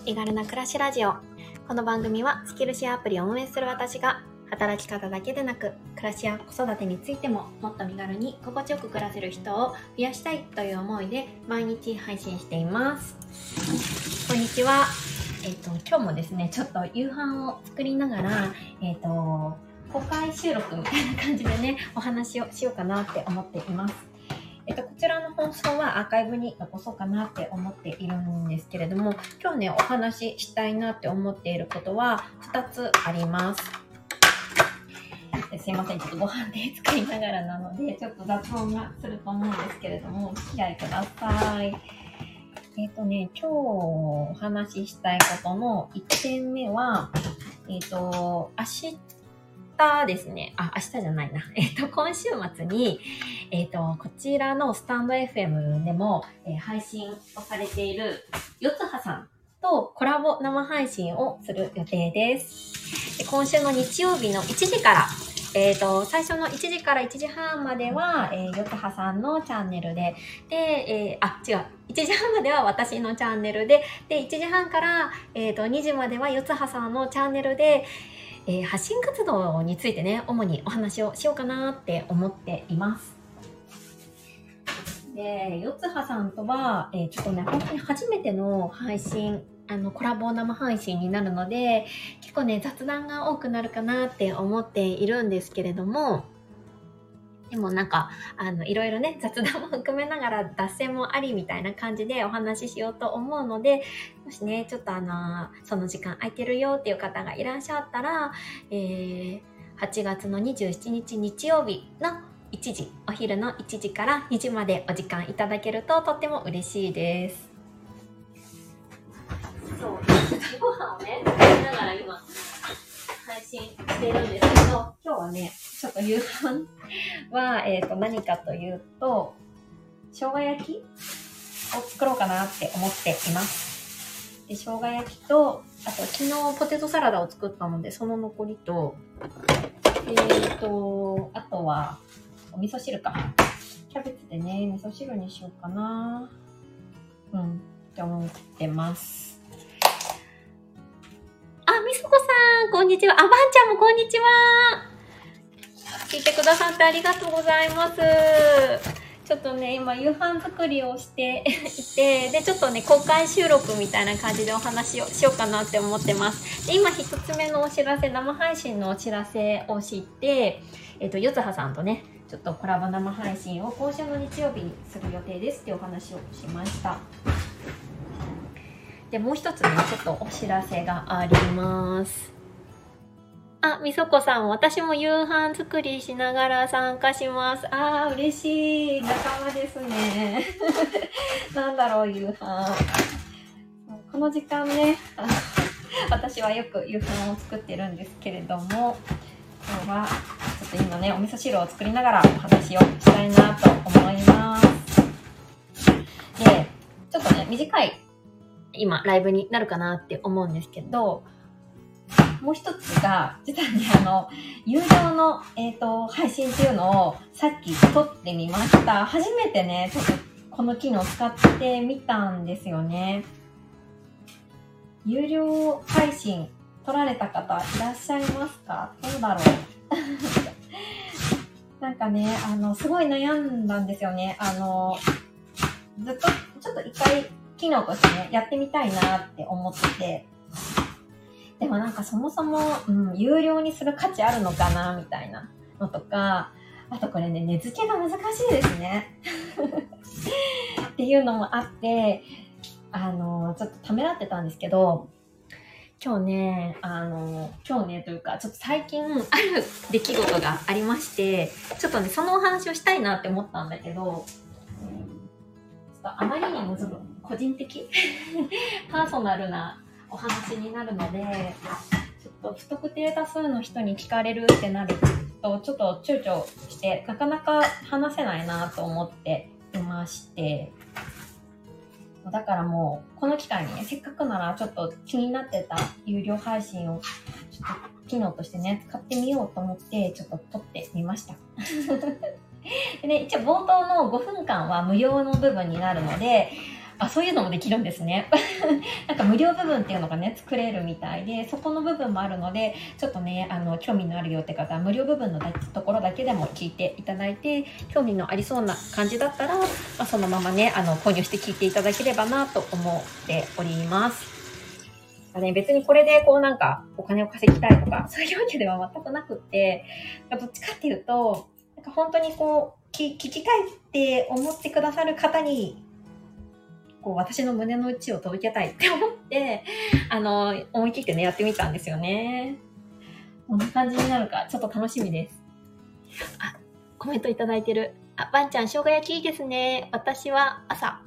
身軽な暮らしラジオ。この番組はスキルシェアアプリを運営する私が働き方だけでなく暮らしや子育てについてももっと身軽に心地よく暮らせる人を増やしたいという思いで毎日配信しています。こんにちは。今日もですねちょっと夕飯を作りながら公開収録みたいな感じでねお話をしようかなって思っています。こちらの放送はアーカイブに残そうかなって思っているんですけれども、今日ねお話ししたいなって思っていることは2つあります。すいません、ちょっとご飯で作りながらなのでちょっと雑音がすると思うんですけれどもお付き合いください。今日お話ししたいことの1点目は明日ですね。明日じゃないな。今週末に、こちらのスタンド FM でも、配信をされているよつはさんとコラボ生配信をする予定です。今週の日曜日の1時から、最初の1時から1時半までは、よつはさんのチャンネルで、1時半までは私のチャンネルで、1時半から、2時まではよつはさんのチャンネルで、発信活動についてね主にお話をしようかなって思っています。で、よつはさんとは、ちょっとね本当に初めての配信コラボ生配信になるので結構ね雑談が多くなるかなって思っているんですけれども、でもなんかいろいろね雑談も含めながら脱線もありみたいな感じでお話ししようと思うので、もしねちょっとその時間空いてるよっていう方がいらっしゃったら、8月の27日日曜日のお昼の1時から2時までお時間いただけるととっても嬉しいです。そう、ご飯をね作りながら今配信してるんですけど、今日はねちょっと夕飯は、何かというと生姜焼きを作ろうかなって思っています。で、生姜焼きとあと昨日ポテトサラダを作ったのでその残りとあとはお味噌汁か、キャベツでね味噌汁にしようかなって思ってます。みそこさんこんにちは。ばんちゃんもこんにちは。聞いてくださってありがとうございます。ちょっとね今夕飯作りをしていて、でちょっとね公開収録みたいな感じでお話をしようかなって思ってます。で今一つ目のお知らせ、生配信のお知らせをして、よつはさんとねちょっとコラボ生配信を今週の日曜日にする予定ですっていうお話をしました。でもう一つねちょっとお知らせがあります。みそこさん、私も夕飯作りしながら参加します。嬉しい。仲間ですね。なんだろう、夕飯。この時間ね、私はよく夕飯を作ってるんですけれども、今日はちょっと今ね、お味噌汁を作りながらお話をしたいなと思います。で、ちょっとね、短い今ライブになるかなって思うんですけど、もう一つが実はね有料の、配信っていうのをさっき撮ってみました。初めてねちょっとこの機能を使ってみたんですよね。有料配信撮られた方いらっしゃいますか？どうだろうなんかねすごい悩んだんですよね。ずっとちょっと一回機能としてねやってみたいなって思ってて、でもなんかそもそも、有料にする価値あるのかなみたいなのとか、あとこれね値付けが難しいですねっていうのもあってちょっとためらってたんですけど、今日ねというかちょっと最近ある出来事がありまして、ちょっとねそのお話をしたいなって思ったんだけど、ちょっとあまりにもちょっと個人的パーソナルなお話になるので、ちょっと不特定多数の人に聞かれるってなるとちょっと躊躇してなかなか話せないなと思っていまして、だからもうこの機会にねせっかくならちょっと気になってた有料配信をちょっと機能としてね使ってみようと思ってちょっと撮ってみましたでね、一応冒頭の5分間は無料の部分になるのでそういうのもできるんですね。なんか無料部分っていうのがね、作れるみたいで、そこの部分もあるので、ちょっとね、興味のあるよって方は、無料部分のところだけでも聞いていただいて、興味のありそうな感じだったら、そのままね、購入して聞いていただければなと思っております。別にこれでなんかお金を稼ぎたいとか、そういうわけでは全くなくって、どっちかっていうと、なんか本当に聞きたいって思ってくださる方に、私の胸の内を届けたいって思って、思い切ってね、やってみたんですよね。こんな感じになるか、ちょっと楽しみです。コメントいただいてる。ばんちゃん、生姜焼きいいですね。私は朝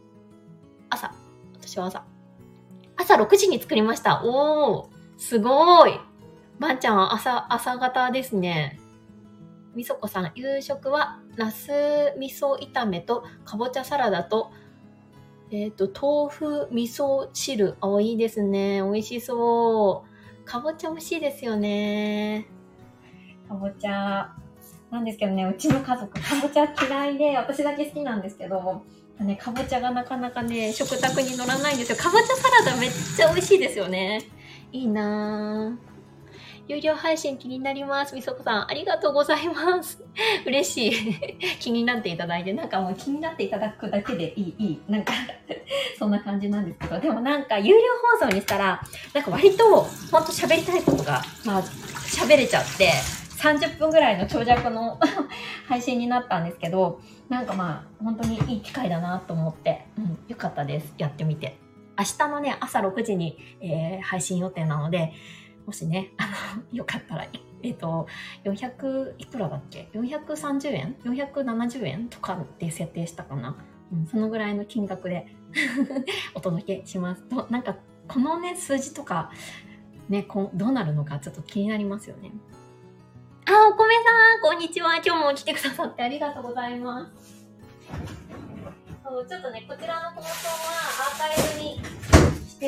6時に作りました。おー、すごい。ばんちゃんは朝方ですね。みそこさん、夕食は、ナス味噌炒めと、かぼちゃサラダと、豆腐味噌汁。いいですね。美味しそう。かぼちゃ美味しいですよね。かぼちゃ、なんですけどね、うちの家族、かぼちゃ嫌いで、私だけ好きなんですけど、かぼちゃがなかなかね、食卓に乗らないんですよ。かぼちゃサラダめっちゃ美味しいですよね。いいなぁ。有料配信気になります。みそこさん、ありがとうございます。嬉しい。気になっていただいて、なんかもう気になっていただくだけでいい。なんか、そんな感じなんですけど、でもなんか有料放送にしたら、なんか割と、ほんと喋りたいことが、喋れちゃって、30分ぐらいの長尺の配信になったんですけど、なんか本当にいい機会だなと思って、よかったです。やってみて。明日のね、朝6時に、配信予定なので、もしね、よかったら、400いくらだっけ ?430 円 ?470 円とかで設定したかな、そのぐらいの金額でお届けしますと、なんかこのね、数字とか、ね、どうなるのかちょっと気になりますよね。お米さん、こんにちは。今日も来てくださってありがとうございます。ちょっとね、こちらの放送はアーカイブにして、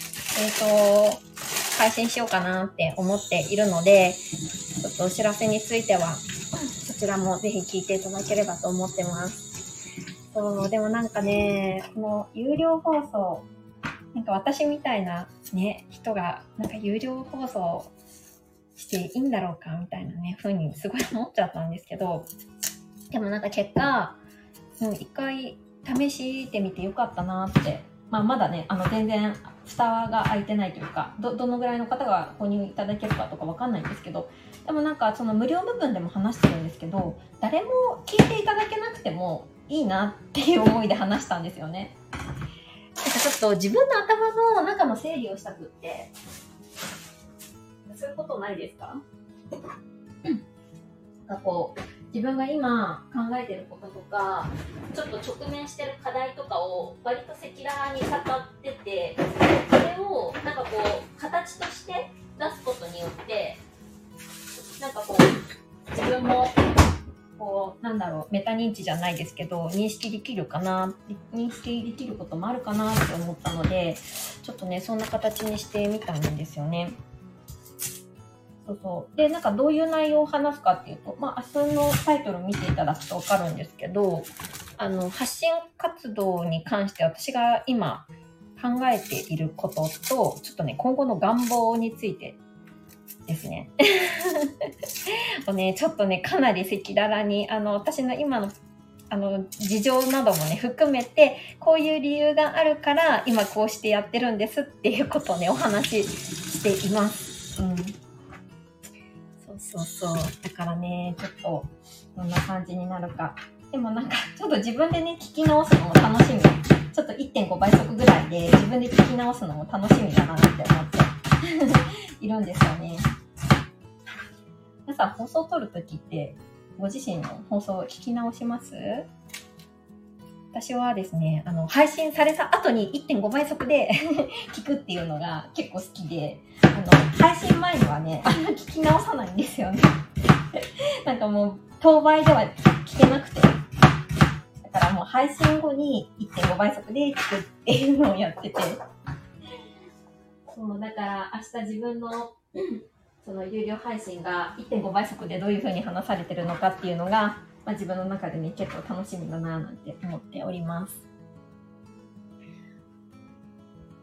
配信しようかなって思っているので、ちょっとお知らせについては、そちらもぜひ聞いていただければと思ってます。でもなんかね、この有料放送、なんか私みたいなね、人が、なんか有料放送していいんだろうかみたいなね、風にすごい思っちゃったんですけど、でもなんか結果、一回試してみてよかったなって、まだね、全然蓋が開いてないというか、どのぐらいの方が購入いただけるかとかわかんないんですけど、でもなんかその無料部分でも話してるんですけど、誰も聞いていただけなくてもいいなっていう思いで話したんですよね。なんかちょっと自分の頭の中の整理をしたくって、そういうことないですか？なんか自分が今考えてることとか、ちょっと直面してる課題とかを割と赤裸々に語ってて、それをなんか形として出すことによって、なんか自分もメタ認知じゃないですけど、認識できることもあるかなって思ったので、ちょっとね、そんな形にしてみたんですよね。で、なんかどういう内容を話すかっていうと、明日のタイトルを見ていただくとわかるんですけど、発信活動に関して私が今考えていることと、ちょっとね、今後の願望についてですね。ちょっとね、かなり赤裸々に、私の今の事情などもね、含めて、こういう理由があるから、今こうしてやってるんですっていうことをね、お話ししています。だからね、ちょっと、どんな感じになるか。でもなんか、ちょっと自分でね、聞き直すのも楽しみ。ちょっと 1.5 倍速ぐらいで、自分で聞き直すのも楽しみだなって思っているんですよね。皆さん、放送を撮るときって、ご自身の放送を聞き直します？私はですね、配信された後に 1.5 倍速で聞くっていうのが結構好きで、配信前にはね、聞き直さないんですよね。なんかもう、当倍では聞けなくて。だからもう配信後に 1.5 倍速で聞くっていうのをやってて。だから明日自分の、その有料配信が 1.5 倍速でどういう風に話されてるのかっていうのが、自分の中でね、結構楽しみだなぁなんて思っております。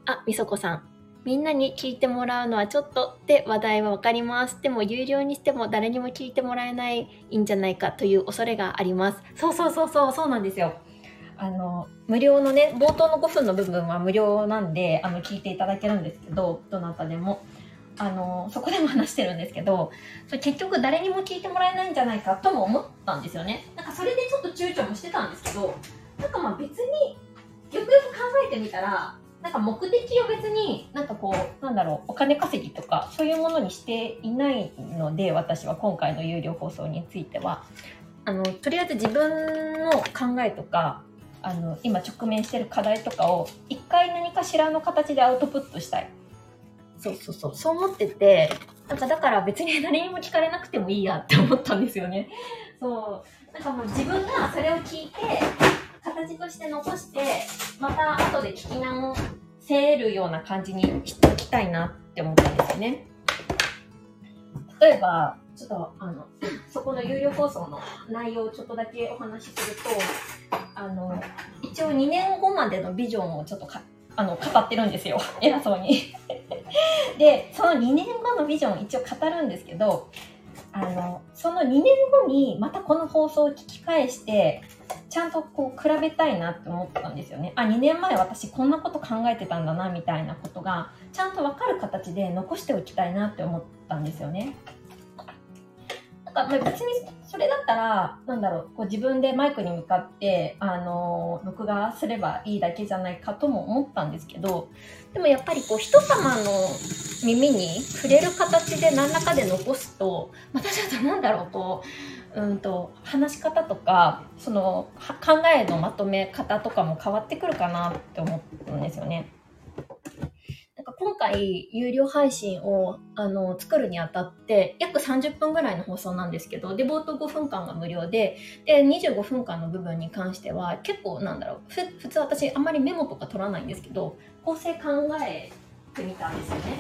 あ、みそこさん。みんなに聞いてもらうのはちょっとって話題はわかります。でも有料にしても誰にも聞いてもらえないんじゃないかという恐れがあります。そうなんですよ。無料のね、冒頭の5分の部分は無料なんで、聞いていただけるんですけど、どなたでも。そこでも話してるんですけど、それ結局誰にも聞いてもらえないんじゃないかとも思ったんですよね。なんかそれでちょっと躊躇もしてたんですけど、なんかまあ別に、よくよく考えてみたら、なんか目的を別になんかこう、なんだろう、お金稼ぎとかそういうものにしていないので、私は今回の有料放送については。とりあえず自分の考えとか、今直面してる課題とかを一回何かしらの形でアウトプットしたい。そう思ってて、なんかだから別に誰にも聞かれなくてもいいやって思ったんですよね。なんかもう自分がそれを聞いて、形として残して、また後で聞き直せるような感じにしておきたいなって思ったんですよね。例えば、ちょっとそこの有料放送の内容をちょっとだけお話しすると、一応2年後までのビジョンをちょっと語ってるんですよ。偉そうに。で、その2年後のビジョンを一応語るんですけど、その2年後にまたこの放送を聞き返して、ちゃんとこう比べたいなって思ったんですよね。2年前私こんなこと考えてたんだなみたいなことがちゃんと分かる形で残しておきたいなって思ったんですよね。なんか別にそれだったらこう自分でマイクに向かって録画すればいいだけじゃないかとも思ったんですけど、でもやっぱりこう人様の耳に触れる形で何らかで残すと、またちょっと話し方とかその考えのまとめ方とかも変わってくるかなって思ったんですよね。なんか今回有料配信を作るにあたって約30分ぐらいの放送なんですけど、で冒頭5分間が無料で25分間の部分に関しては結構普通私あんまりメモとか取らないんですけど、構成考えてみたんですよね。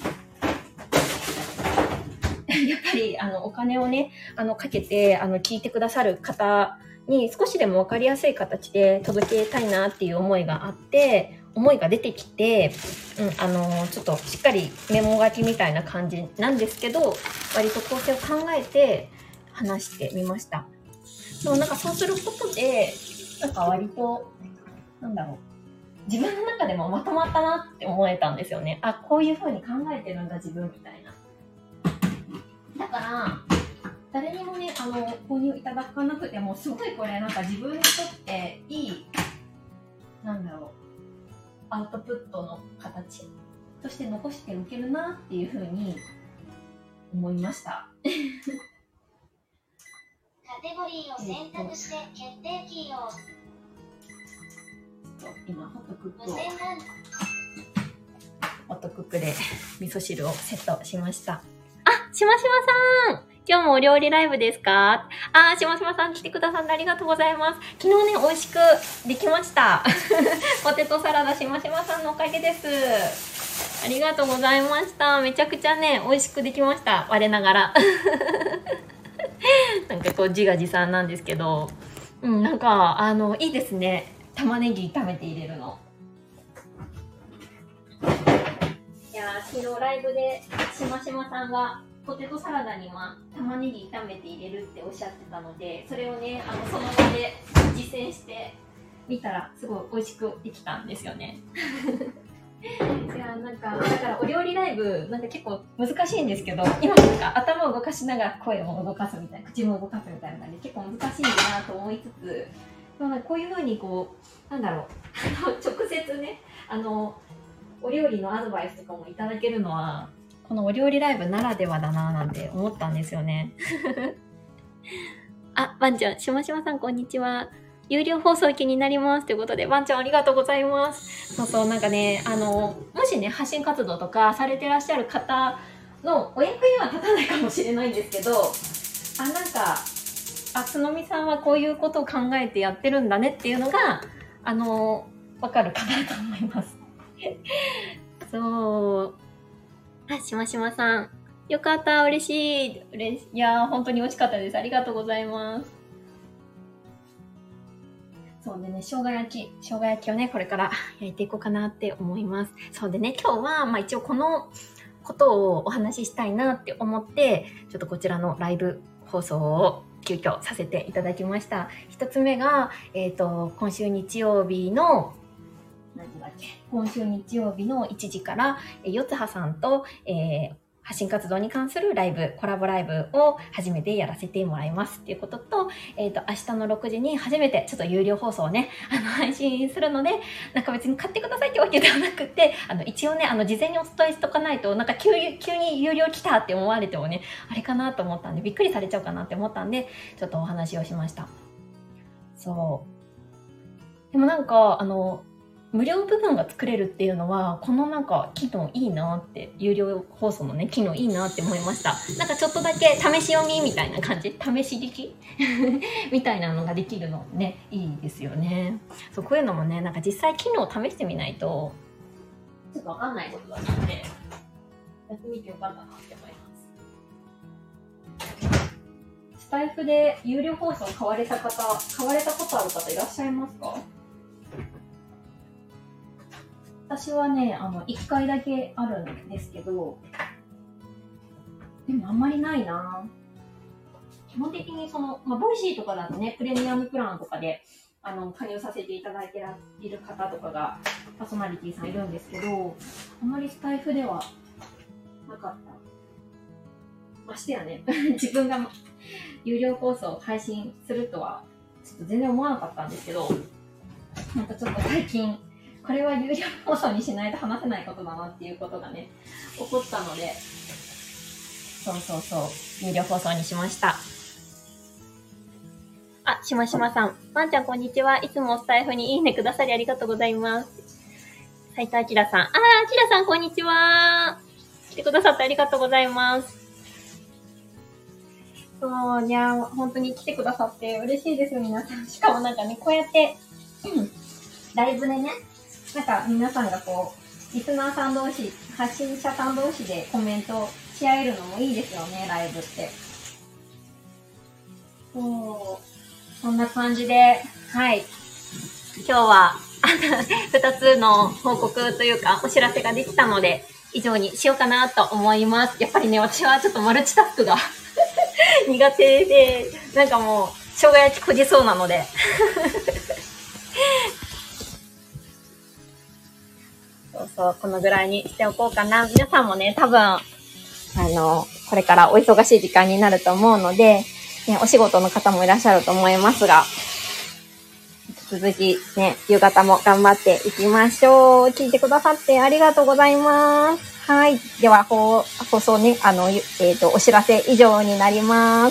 やっぱりお金をねかけて聞いてくださる方に少しでも分かりやすい形で届けたいなっていう思いがあって、思いが出てきて、ちょっとしっかりメモ書きみたいな感じなんですけど、割と構成を考えて話してみました。なんかそうすることでなんか割と自分の中でもまとまったなって思えたんですよね。こういう風に考えてるんだ自分みたいな。だから誰にもね購入いただかなくても、すごいこれなんか自分にとっていいアウトプットの形として残しておけるなっていう風に思いました。 カテゴリーを選択して決定キーを。 今ホットクックで味噌汁をセットしました。しましまさん、今日もお料理ライブですか？しましまさん来てくださってありがとうございます。昨日ね美味しくできましたポテトサラダしましまさんのおかげです。ありがとうございました。めちゃくちゃね美味しくできました、我ながらなんかこう自画自賛なんですけど、なんかいいですね、玉ねぎ炒めて入れるの。いや昨日ライブでしましまさんがポテトサラダには玉ねぎ炒めて入れるっておっしゃってたので、それをねその場で実践してみたらすごい美味しくできたんですよねいやだからお料理ライブ結構難しいんですけど、今頭を動かしながら声を動かすみたいな、口も動かすみたいな感じで結構難しいんだなと思いつつ、こういう風に直接ねお料理のアドバイスとかもいただけるのはこのお料理ライブならではだななんて思ったんですよねバンちゃん、しましまさんこんにちは。有料放送気になりますということで、バンちゃんありがとうございます。もしね発信活動とかされてらっしゃる方のお役には立たないかもしれないんですけど、つのみさんはこういうことを考えてやってるんだねっていうのがわかるかなと思いますしましまさんよかった、嬉しい。いやー本当に美味しかったです。ありがとうございます。 そうでね、生姜焼きをね、これから焼いていこうかなって思います。そうでね、今日は、一応このことをお話ししたいなって思って、ちょっとこちらのライブ放送を急遽させていただきました。一つ目が、今週日曜日の1時から、よつはさんと、発信活動に関するライブ、コラボライブを初めてやらせてもらいますっていうことと、明日の6時に初めてちょっと有料放送をね、配信するので、なんか別に買ってくださいってわけではなくて、一応ね、事前にお伝えしとかないと、なんか急に有料来たって思われてもね、あれかなと思ったんで、びっくりされちゃうかなって思ったんで、ちょっとお話をしました。そう。でもなんか、無料部分が作れるっていうのは、このなんか機能いいなって、有料放送のね、機能いいなって思いました。なんかちょっとだけ試し読みみたいな感じ、試し聞きみたいなのができるのね、いいですよね。そう、こういうのもね、なんか実際機能を試してみないと、ちょっとわかんないことだったので、やってみてよかったなって思います。スタイフで有料放送買われたことある方いらっしゃいますか？私はね、1回だけあるんですけど、でもあんまりないな。基本的にボイシーとかだとね、プレミアムプランとかで、加入させていただいている方とかが、パーソナリティさんいるんですけど、あまりスタイフではなかった。ましてやね、自分が有料放送を配信するとは、ちょっと全然思わなかったんですけど、なんかちょっと最近、これは有料放送にしないと話せないことだなっていうことがね、起こったので、有料放送にしました。あ、しましまさん。ワンちゃんこんにちは。いつもスタイフにいいねくださりありがとうございます。斉藤明さん。明さんこんにちは。来てくださってありがとうございます。そう、いや、本当に来てくださって嬉しいです、皆さん。しかもなんかね、こうやって、ライブでね、なんか皆さんがリスナーさん同士、発信者さん同士でコメントし合えるのもいいですよね、ライブって。そんな感じで、はい。今日は、2つの報告というか、お知らせができたので、以上にしようかなと思います。やっぱりね、私はちょっとマルチタスクが苦手で、なんかもう、生姜焼きこじそうなので。このぐらいにしておこうかな。皆さんもね、多分、これからお忙しい時間になると思うので、ね、お仕事の方もいらっしゃると思いますが、引き続きね、夕方も頑張っていきましょう。聞いてくださってありがとうございます。はい。では、放送ね、お知らせ以上になります。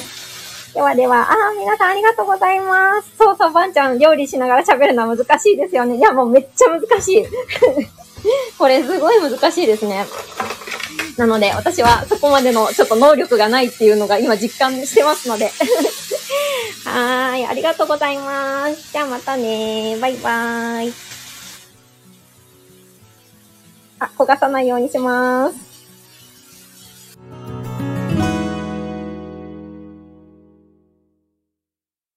では、皆さんありがとうございます。ばんちゃん、料理しながら喋るのは難しいですよね。いや、もうめっちゃ難しい。これすごい難しいですね。なので、私はそこまでのちょっと能力がないっていうのが今実感してますので。はい、ありがとうございます。じゃあまたね。バイバーイ。焦がさないようにします。